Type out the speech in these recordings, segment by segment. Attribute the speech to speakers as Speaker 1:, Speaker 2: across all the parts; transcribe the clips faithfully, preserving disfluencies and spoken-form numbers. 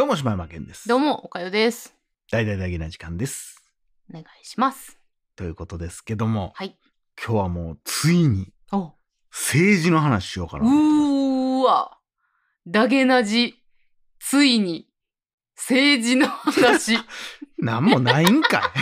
Speaker 1: も柴山健です。
Speaker 2: どうもおかよです。
Speaker 1: 大々大げな時間です。
Speaker 2: お願いします。
Speaker 1: ということですけども、
Speaker 2: はい。
Speaker 1: 今日はもうついに
Speaker 2: お
Speaker 1: 政治の話しようかな
Speaker 2: う
Speaker 1: と思ってます。
Speaker 2: ーわダゲナジついに政治の話
Speaker 1: なんもないんかい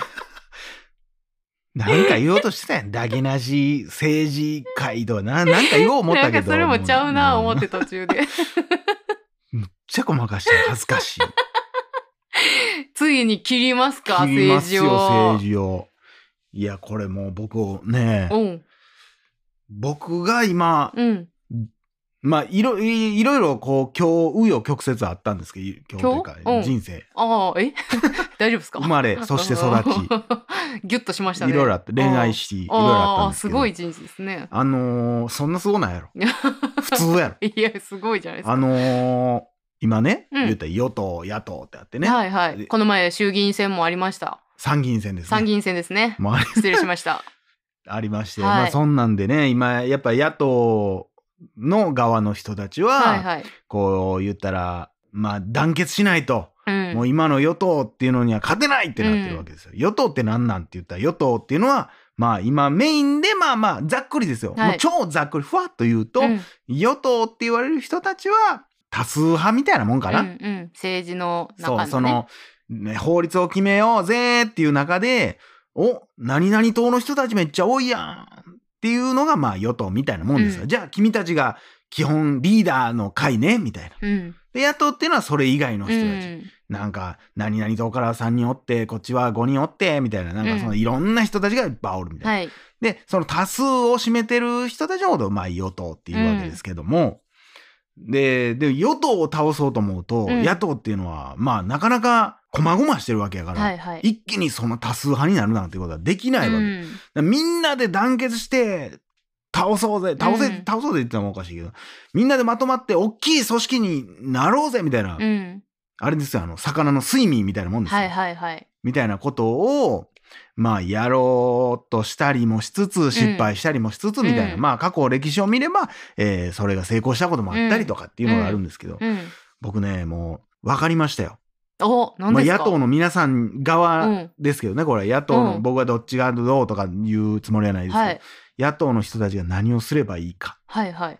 Speaker 1: なんか言おうとしてたやん。ダゲなし政治会とはな、なんか言おう思ったけど
Speaker 2: なんかそれもちゃうな
Speaker 1: も
Speaker 2: 思って途中で
Speaker 1: むっちゃごまかして恥ずかしい。
Speaker 2: ついに切りますか
Speaker 1: 切りますよ
Speaker 2: 政治を
Speaker 1: 政治を。いやこれもう僕をね、
Speaker 2: うん
Speaker 1: 僕が今、
Speaker 2: うん
Speaker 1: まあいろいろいろこう今日紆余曲折あったんですけど、今日というか
Speaker 2: 今日うん
Speaker 1: 人生、
Speaker 2: ああえ大丈夫ですか
Speaker 1: 生まれそして育ち
Speaker 2: ギュッとしましたね。
Speaker 1: いろいろあって、恋愛しいろいろあったんですけど、
Speaker 2: すごい人生ですね。
Speaker 1: あのー、そんなすごないやろ普通やろ
Speaker 2: いやすごいじゃないですか。
Speaker 1: あのー、今ね、
Speaker 2: うん
Speaker 1: 言ったら与党野党ってあってね、
Speaker 2: はいはい。この前衆議院選もありました。
Speaker 1: 参議院選ですね。
Speaker 2: 参議院選ですね。
Speaker 1: もうあり
Speaker 2: 失礼しました。
Speaker 1: ありまして、
Speaker 2: はい
Speaker 1: まあそんなんでね、今やっぱ野党の側の人たちは、
Speaker 2: はいはい。
Speaker 1: こう言ったらまあ団結しないと、
Speaker 2: うん
Speaker 1: もう今の与党っていうのには勝てないってなってるわけですよ。与党って何なんって言ったら、与党っていうのはまあ今メインでまあまあざっくりですよ、
Speaker 2: はい
Speaker 1: もう超ざっくりふわっと言うと、
Speaker 2: うん
Speaker 1: 与党って言われる人たちは多数派みたいなもんかな、
Speaker 2: うんうん、政治の中の、ね、
Speaker 1: そうその、ね、法律を決めようぜっていう中で、お何々党の人たちめっちゃ多いやんっていうのがまあ与党みたいなもんですよ、
Speaker 2: うん、
Speaker 1: じゃあ君たちが基本リーダーの会ねみたいな、
Speaker 2: うん、
Speaker 1: で野党っていうのはそれ以外の人たち、うん、なんか何々党からさんにんおってこっちはごにんおってみたいな、なんかそのいろんな人たちがいっぱいおるみたいな、
Speaker 2: はい、
Speaker 1: でその多数を占めてる人たちのことをまあ与党っていうわけですけども、うん、でで与党を倒そうと思うと、うん、野党っていうのはまあなかなかこまごましてるわけやから、
Speaker 2: はいはい、
Speaker 1: 一気にその多数派になるなんてことはできないわけ、うん、みんなで団結して倒そうぜ倒せ、うん、倒そうぜって言ったらもおかしいけど、みんなでまとまって大きい組織になろうぜみたいな、うん、あれですよ、あの魚の睡眠みたいなもんですよ、
Speaker 2: はいはいはい、
Speaker 1: みたいなことをまあやろうとしたりもしつつ失敗したりもしつつみたいな、うん、まあ過去歴史を見れば、えー、それが成功したこともあったりとかっていうのがあるんですけど、うんうん、僕ねもう分かりましたよ。
Speaker 2: お、何ですか？
Speaker 1: まあ、野党の皆さん側ですけどね、うん、これ野党の、うん、僕はどっちがどうとか言うつもりはないですけど、はい、野党の人たちが何をすればいいか、
Speaker 2: はいはい、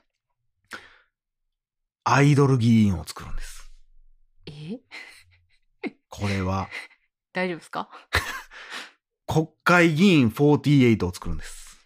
Speaker 1: アイドル議員を作るんです。
Speaker 2: え
Speaker 1: これは
Speaker 2: 大丈夫ですか？
Speaker 1: 国会議員よんじゅうはちを作るんです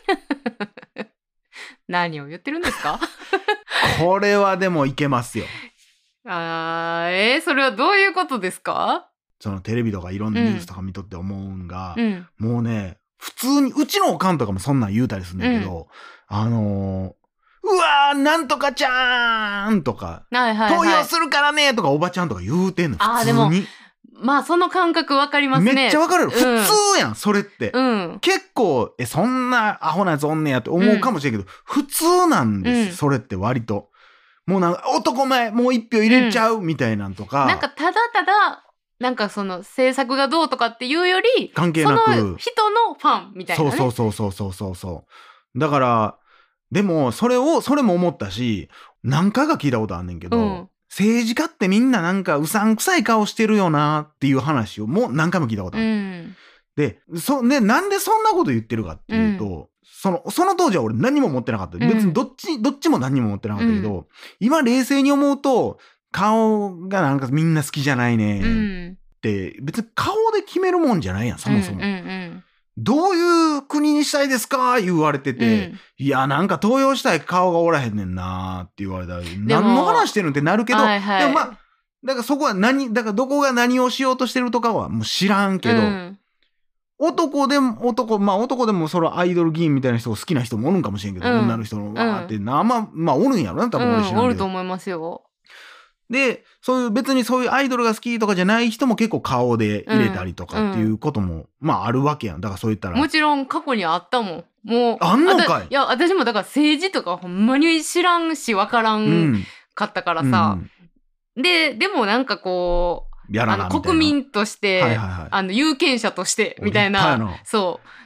Speaker 2: 何を言ってるんですか？
Speaker 1: これはでもいけますよ。
Speaker 2: あーえー、それはどういうことですか？
Speaker 1: そのテレビとかいろんなニュースとか見とって思うんが、
Speaker 2: うん、
Speaker 1: もうね普通にうちのおかんとかもそんなん言うたりするんだけど、うん、あのー、うわーなんとかちゃーんとか、はいはいはい、投票するからねとかおばちゃんとか言うてんの普通に。あでも
Speaker 2: まあその感覚わかりますね。
Speaker 1: めっちゃわかる、うん、普通やんそれって、
Speaker 2: うん、
Speaker 1: 結構えそんなアホなやつおんねやって思うかもしれんけど、うん、普通なんです、うん、それって割ともうなんか男前もう一票入れちゃうみたいなんとか、
Speaker 2: うん、なんかただただなんかその政策がどうとかっていうより
Speaker 1: 関係なく
Speaker 2: その人のファンみたいなね。
Speaker 1: そうそうそうそうそうそうだからでもそれをそれも思ったし何回か聞いたことあんねんけど、うん、政治家ってみんななんかうさんくさい顔してるよなっていう話をもう何回も聞いたことある、うん、でそでなんでそんなこと言ってるかっていうと、うん、そのその当時は俺何も持ってなかった、うん、別にどっちどっちも何も持ってなかったけど、うん、今冷静に思うと顔がなんかみんな好きじゃないね、うん、って別に顔で決めるもんじゃないやんそもそも、うんうんうん、どういう国にしたいですか言われてて、うん、いやなんか投票したい顔がおらへんねんなって言われたら何の話してるんってなるけど、はいはい、でもまあだからそこは何だからどこが何をしようとしてるとかはもう知らんけど、うん、男でも男まあ男でもそのアイドル議員みたいな人を好きな人もおるんかもしれんけど、うん、女の人のわーってな、まあまあおるんやろな多分俺知らんけど、うん、
Speaker 2: おると思いますよ。
Speaker 1: でそういう別にそういうアイドルが好きとかじゃない人も結構顔で入れたりとかっていうことも、うん、まああるわけやん。だからそう言ったら
Speaker 2: もちろん過去にあったもん。もう
Speaker 1: あんのかい。
Speaker 2: いや私もだから政治とかほんまに知らんし分からんかったからさ、うん、ででもなんかこう
Speaker 1: やらな
Speaker 2: あの国民として、はいはいはい、あの有権者としてみたいなそう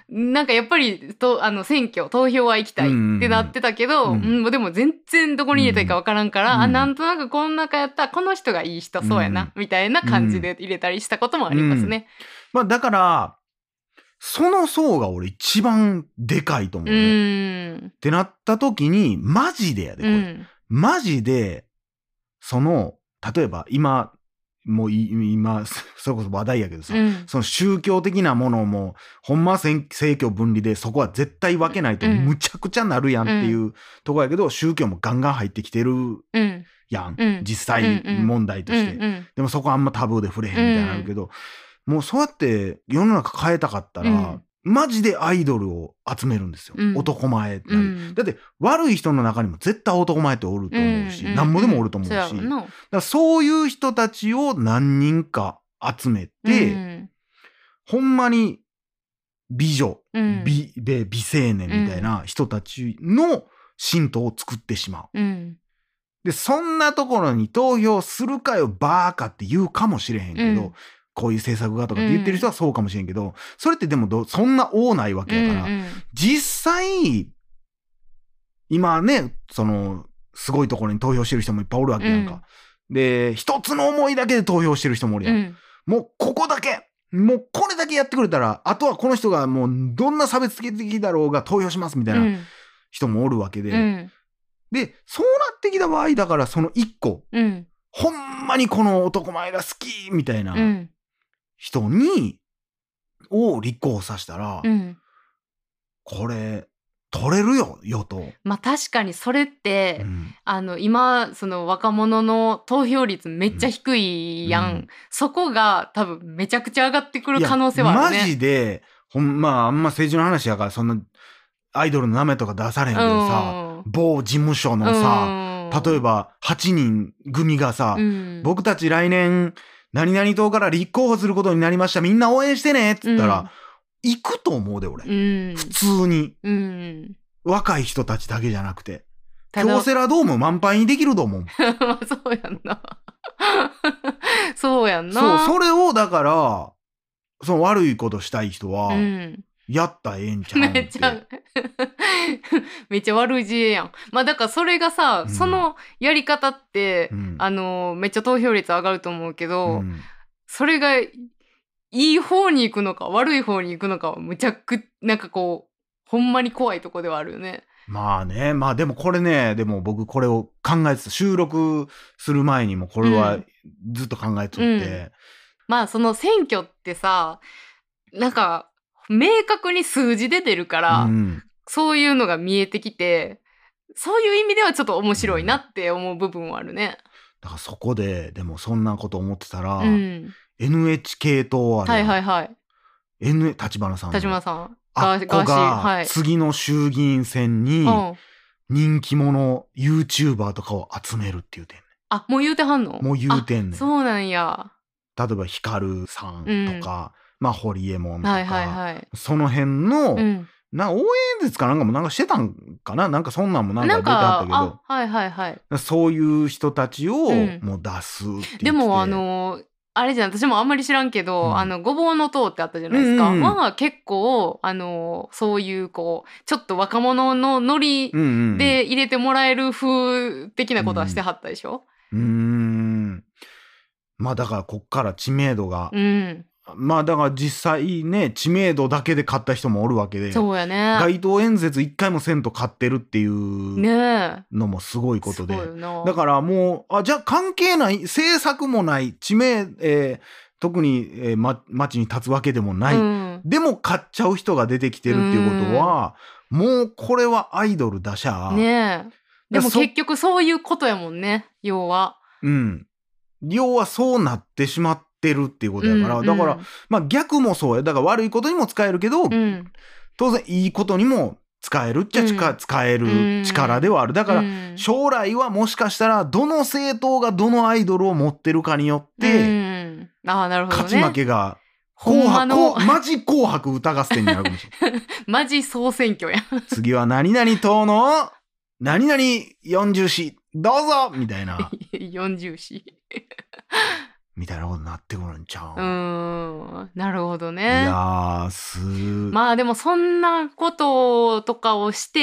Speaker 2: なんかやっぱりとあの選挙投票は行きたいってなってたけど、
Speaker 1: うんうん
Speaker 2: うん、でも全然どこに入れたらいいかわからんから、
Speaker 1: うん
Speaker 2: あなんとなくこの中やったらこの人がいい人そうやな、
Speaker 1: うん
Speaker 2: みたいな感じで入れたりしたこともありますね。
Speaker 1: まあだからその層が俺一番でかいと思うね。
Speaker 2: うん
Speaker 1: ってなった時にマジでやでこれ、
Speaker 2: うん、
Speaker 1: マジでその例えば今もうい今それこそ話題やけどさ、
Speaker 2: うん、
Speaker 1: その宗教的なものもほんまは政教分離でそこは絶対分けないとむちゃくちゃなるやんっていうとこやけど、宗教もガンガン入ってきてるやん、
Speaker 2: うん、
Speaker 1: 実際問題として、
Speaker 2: うんうん、
Speaker 1: でもそこあんまタブーで触れへんみたいになるけど、もうそうやって世の中変えたかったら、
Speaker 2: うん
Speaker 1: マジでアイドルを集めるんですよ、
Speaker 2: うん、
Speaker 1: 男前なり、
Speaker 2: うん、
Speaker 1: だって悪い人の中にも絶対男前っておると思うし、
Speaker 2: うん、
Speaker 1: なんぼでもおると思うし、
Speaker 2: そうやろな。
Speaker 1: だからそういう人たちを何人か集めて、
Speaker 2: うん
Speaker 1: ほんまに美女、
Speaker 2: うん
Speaker 1: 美で美青年みたいな人たちの信徒を作ってしまう。
Speaker 2: うん
Speaker 1: でそんなところに投票するかよバーカって言うかもしれへんけど、
Speaker 2: うん
Speaker 1: こういう政策がとかって言ってる人はそうかもしれんけど、それってでもどそんな多ないわけやから、
Speaker 2: うんうん
Speaker 1: 実際今ねそのすごいところに投票してる人もいっぱいおるわけやんか、うん、で一つの思いだけで投票してる人もおるやん、うん、もうここだけもうこれだけやってくれたらあとはこの人がもうどんな差別的だろうが投票しますみたいな人もおるわけで、うん、でそうなってきた場合だからその一個、うん、ほんまにこの男前が好きみたいな人に、を立候補させたら、うん、これ取れるよ与党。
Speaker 2: まあ確かにそれって、うん、あの今その若者の投票率めっちゃ低いやん、うん、そこが多分めちゃくちゃ上がってくる可能性はあるね。
Speaker 1: マジでほんまああんま政治の話やからそんなアイドルの名前とか出されへんけどさ、うん、某事務所のさ、うん、例えばはちにん組がさ、うん、僕たち来年何々党から立候補することになりましたみんな応援してねっつったら、うん行くと思うで俺、うん、普通に、うん、若い人たちだけじゃなくて京セラドーム満杯にできると思う
Speaker 2: まあそうやんなそうやんな
Speaker 1: そうそれをだからその悪いことしたい人は、うん、やったらええんちゃうんってめっちゃ
Speaker 2: めっちゃ悪知恵やん。まあだからそれがさ、うん、そのやり方って、うん、あのめっちゃ投票率上がると思うけど、うん、それがいい方に行くのか悪い方に行くのかはむちゃくなんかこうほんまに怖いとこではあるよね。
Speaker 1: まあねまあでもこれねでも僕これを考えてた収録する前にもこれはずっと考えとって、うんうん、
Speaker 2: まあその選挙ってさなんか明確に数字で出るから、うん、そういうのが見えてきてそういう意味ではちょっと面白いなって思う部分はあるね、
Speaker 1: だからそこででもそんなこと思ってたら、うんエヌエイチケー 党ある、
Speaker 2: はいはいはい、
Speaker 1: N 立花さんの
Speaker 2: 立花さん
Speaker 1: あっこが次の衆議院選に人気者 YouTuber とかを集めるって言うてんねん。
Speaker 2: あもう言うてはんの？
Speaker 1: もう言うてんねん。
Speaker 2: そうなんや。
Speaker 1: 例えばヒカルさんとか、うん、まあホリエモンとか、
Speaker 2: はいはいはい、
Speaker 1: その辺の、うん、な応援演説かなんかもなんかしてたんかななんかそんなんもなんか出てあったけど
Speaker 2: はいはいはい、
Speaker 1: そういう人たちをもう出すって言ってて、うん、
Speaker 2: でもあのーあれじゃん私もあんまり知らんけど、うん、あのごぼうの党ってあったじゃないですか、うんうん、は結構あのそういうこうちょっと若者のノリで入れてもらえる風的なことはしてはったでしょ、
Speaker 1: うん、うーんまあだからこっから知名度が、うん、まあだから実際ね知名度だけで買った人もおるわけで
Speaker 2: そうやね
Speaker 1: 街頭演説一回もせんと買ってるっていうのもすごいことで、ね、だからもうあじゃあ関係ない政策もない知名、えー、特に、えーま、街に立つわけでもない、うん、でも買っちゃう人が出てきてるっていうことは、うん、もうこれはアイドルだしゃ
Speaker 2: ねでも結局そういうことやもんね要は
Speaker 1: うん要はそうなってしまってるっていうことやから、うんうん、だからまあ逆もそうやだから悪いことにも使えるけど、うん、当然いいことにも使えるっちゃ、うん、使える力ではあるだから、うん、将来はもしかしたらどの政党がどのアイドルを持ってるかによって、うん、あなるほどね、勝ち負けが紅白マジ紅白歌合戦になるかもしれない
Speaker 2: マジ総選挙や
Speaker 1: 次は何々党の何々よんじゅう市どうぞみたいな
Speaker 2: よんじゅう市
Speaker 1: みたいなことになってくるんちゃう。
Speaker 2: うーん、なるほど
Speaker 1: い
Speaker 2: ね。
Speaker 1: やーす
Speaker 2: まあでもそんなこととかをして、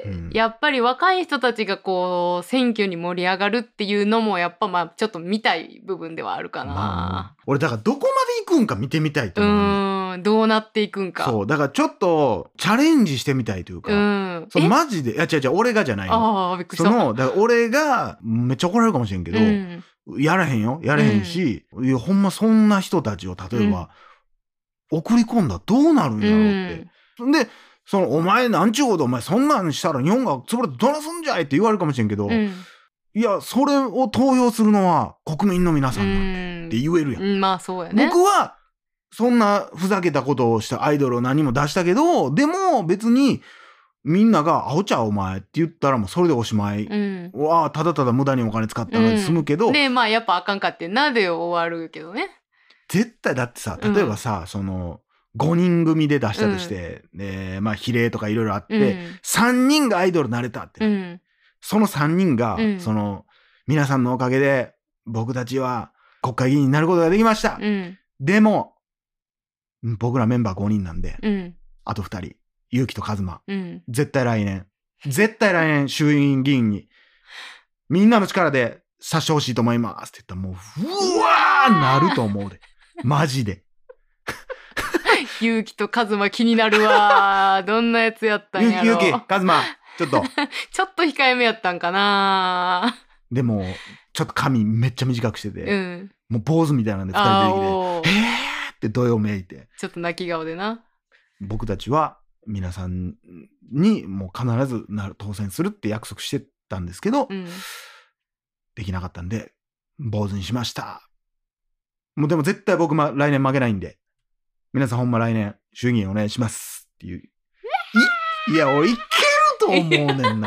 Speaker 1: うん
Speaker 2: やっぱり若い人たちがこう選挙に盛り上がるっていうのもやっぱまあちょっと見たい部分ではあるかな。
Speaker 1: まあ、俺だからどこまで行くんか見てみたいと
Speaker 2: う
Speaker 1: 思うね。
Speaker 2: ーん、どうなっていくんか。
Speaker 1: そうだからちょっとチャレンジしてみたいというか、
Speaker 2: うん。
Speaker 1: そう
Speaker 2: え
Speaker 1: マジでいや違う違う俺がじゃないよ。
Speaker 2: ああ、びっくりした。
Speaker 1: そのだから俺がめっちゃ怒られるかもしれんけど、
Speaker 2: うん
Speaker 1: やらへんよやれへんし、いやほんまそんな人たちを例えば、送り込んだらどうなるんやろって、でそのお前なんちゅうことお前そんなんしたら日本が潰れてどないすんじゃいって言われるかもしれんけど、
Speaker 2: うん
Speaker 1: いやそれを投票するのは国民の皆さんなんでって言えるやん、
Speaker 2: うん、まあそうやね。
Speaker 1: 僕はそんなふざけたことをしたアイドルを何も出したけど、でも別にみんなが「アホちゃうお前」って言ったらもうそれでおしまい、
Speaker 2: うん、
Speaker 1: わあただただ無駄にお金使ったらで済むけど、
Speaker 2: うん、でまあやっぱあかんかってんなで終わるけどね。
Speaker 1: 絶対だってさ例えばさ、うん、そのごにん組で出したとして、うんえー、まあ比例とかいろいろあって、うん、さんにんがアイドルなれたって、うん、そのさんにんが、うん、その皆さんのおかげで僕たちは国会議員になることができました、うん、でも僕らメンバーごにんなんで、うん、あとふたり勇気とカズマ、うん、絶対来年絶対来年衆院議員にみんなの力でさしてほしいと思いますって言ったらもううわーなると思うでマジで
Speaker 2: 勇気とカズマ気になるわどんなやつやったんやろ。
Speaker 1: 勇気カズマちょっと
Speaker 2: ちょっと控えめやったんかな。
Speaker 1: でもちょっと髪めっちゃ短くしてて、うん、もう坊主みたいなんでふたり出てきて「へーってどよめいて
Speaker 2: ちょっと泣き顔でな。
Speaker 1: 僕たちは皆さんにもう必ずなる当選するって約束してたんですけど、うん、できなかったんで坊主にしました。もうでも絶対僕、ま、来年負けないんで皆さんほんま来年衆議院お願いしますっていうい, いや俺いけると思うねん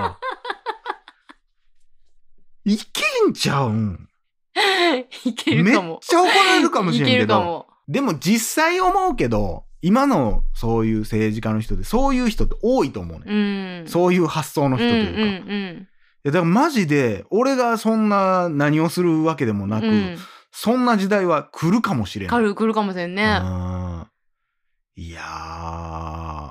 Speaker 1: ないけんちゃうん
Speaker 2: いけるかも。
Speaker 1: めっちゃ怒られるかもしれんけど
Speaker 2: いけるかも。
Speaker 1: でも実際思うけど今のそういう政治家の人でそういう人って多いと思うね、うん、そういう発想の人というか、うんうんうん、いやだからマジで俺がそんな何をするわけでもなく、うん、そんな時代は来るかもしれない。
Speaker 2: 来る来るかもしれんね。
Speaker 1: いやー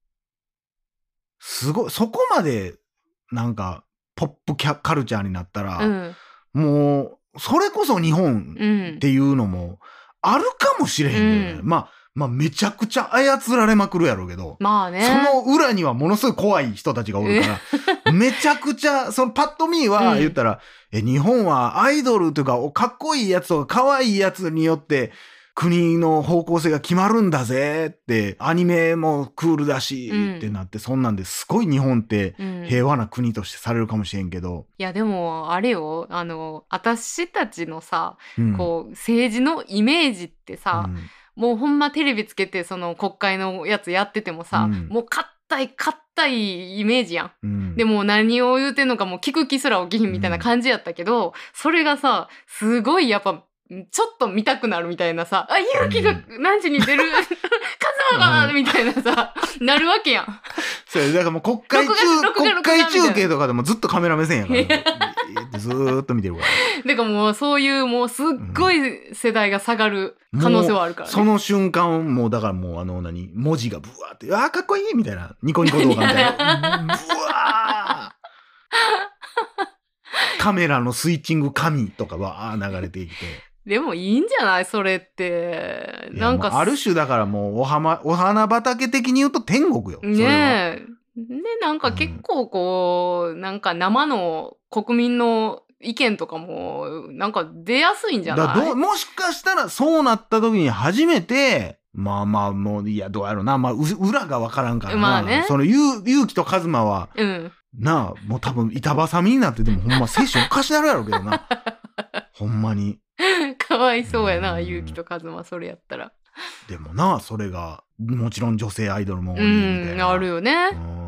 Speaker 1: すごいそこまでなんかポップキャカルチャーになったら、うん、もうそれこそ日本っていうのもあるかもしれへんよね、うん、まあまあめちゃくちゃ操られまくるやろうけど、
Speaker 2: まあね、
Speaker 1: その裏にはものすごい怖い人たちがおるからめちゃくちゃそのパッと見は言ったら、うん、え日本はアイドルというかかっこいいやつとか可愛いやつによって国の方向性が決まるんだぜってアニメもクールだし、うん、ってなってそんなんですごい日本って平和な国としてされるかもしれんけど、うん、い
Speaker 2: やでもあれよあの私たちのさ、うん、こう政治のイメージってさ、うんもうほんまテレビつけてその国会のやつやっててもさ、うん、もう硬い硬いイメージやん、うん、でも何を言うてんのかもう聞く気すら起きひんみたいな感じやったけど、うん、それがさすごいやっぱちょっと見たくなるみたいなさあ勇気が何時に出る、うん、カズマがみたいなさなるわけやん。
Speaker 1: そうだからもう国会中国会中継とかでもずっとカメラ目線やからずーっと見てるから
Speaker 2: だからもうそういうもうすっごい世代が下がる可能性はあるからね、
Speaker 1: その瞬間もうだからもうあの何文字がブワーってあーかっこいいみたいなニコニコ動画みたいなブワーカメラのスイッチング紙とかわー流れていて
Speaker 2: でもいいんじゃないそれってなんか
Speaker 1: ある種だからもうお花、お花畑的に言うと天国よ
Speaker 2: ねえでなんか結構こう、うん、なんか生の国民の意見とかもなんか出やすいんじゃない？
Speaker 1: だどもしかしたらそうなった時に初めてまあまあもういやどうやろうなまあ裏が分からんからな、まあね、その勇気とカズマは、うん、なあもう多分板挟みになってでもほんま精神おかしなるやろうけどなほんまに
Speaker 2: かわいそうやな勇気とカズマそれやったら
Speaker 1: でもなそれがもちろん女性アイドルも多いみたいな、
Speaker 2: うん、あるよね。
Speaker 1: うん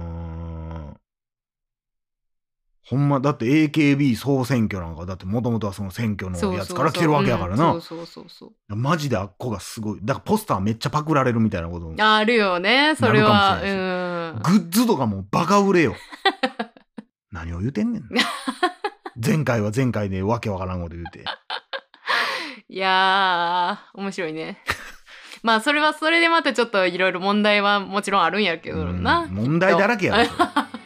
Speaker 1: ほんまだって エーケービー 総選挙なんかだってもともとはその選挙のやつから来てるわけやからな。
Speaker 2: そうそうそう
Speaker 1: マジであっこがすごいだからポスターめっちゃパクられるみたいなこと
Speaker 2: あるよねそれは。
Speaker 1: うんグッズとかもバカ売れよ何を言うてんねん前回は前回でわけわからんこと言うて
Speaker 2: いやー面白いね。まあそれはそれでまたちょっといろいろ問題はもちろんあるんやけどな、
Speaker 1: うん問題だらけやろ
Speaker 2: い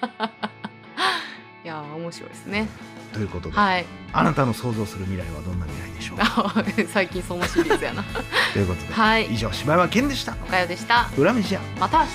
Speaker 2: やー面白いですね。
Speaker 1: ということで、
Speaker 2: はい、
Speaker 1: あなたの想像する未来はどんな未来でしょうか
Speaker 2: 最近そのシリーズやな
Speaker 1: ということで、
Speaker 2: はい、
Speaker 1: 以上柴山健でした。
Speaker 2: おかよでした。
Speaker 1: 裏飯や
Speaker 2: また明日。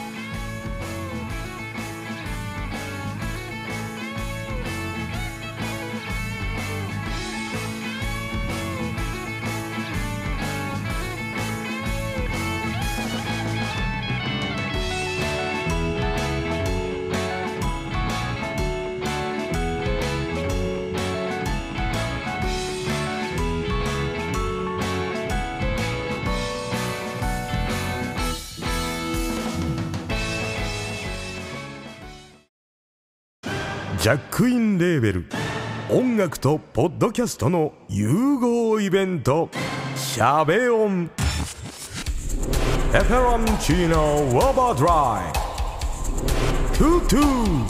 Speaker 3: ジャックインレーベル音楽とポッドキャストの融合イベントシャベオンエフェロンチーノウォーバードライトゥトゥ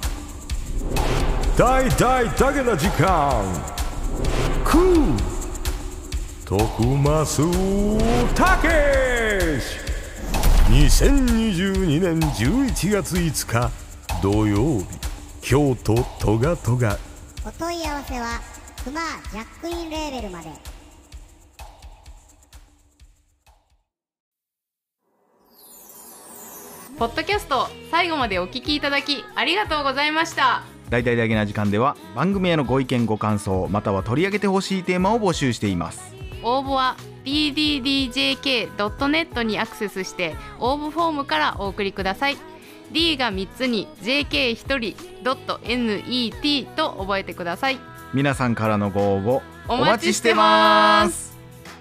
Speaker 3: 大大だけな時間クー徳増たけしにせんにじゅうにねんじゅういちがついつか土曜日京都トガトガ。
Speaker 4: お問い合わせはクマジャックインレーベルまで。
Speaker 2: ポッドキャスト最後までお聞きいただきありがとうございました。
Speaker 1: 大々だけな時間では番組へのご意見ご感想または取り上げてほしいテーマを募集しています。
Speaker 2: 応募は ディーディーディージェーケードットネット にアクセスして応募フォームからお送りください。 D がみっつに ジェーケーひとり .net と覚えてください。
Speaker 1: 皆さんからのご応募
Speaker 2: お待ちしてます。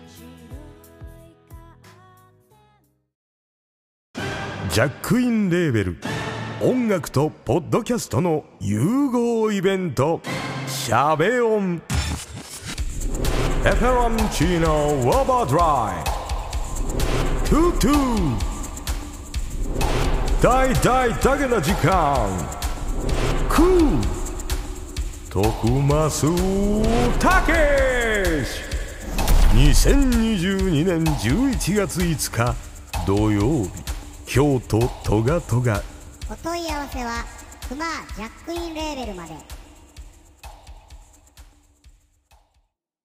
Speaker 3: ジャックインレーベル音楽とポッドキャストの融合イベントシャベオンエフェロンチーノウォーバードライトゥトゥ大大だけな時間クー徳増たけしにせんにじゅうにねんじゅういちがついつか土曜日京都トガトガ。
Speaker 4: お問い合わせはクマジャックインレーベルまで。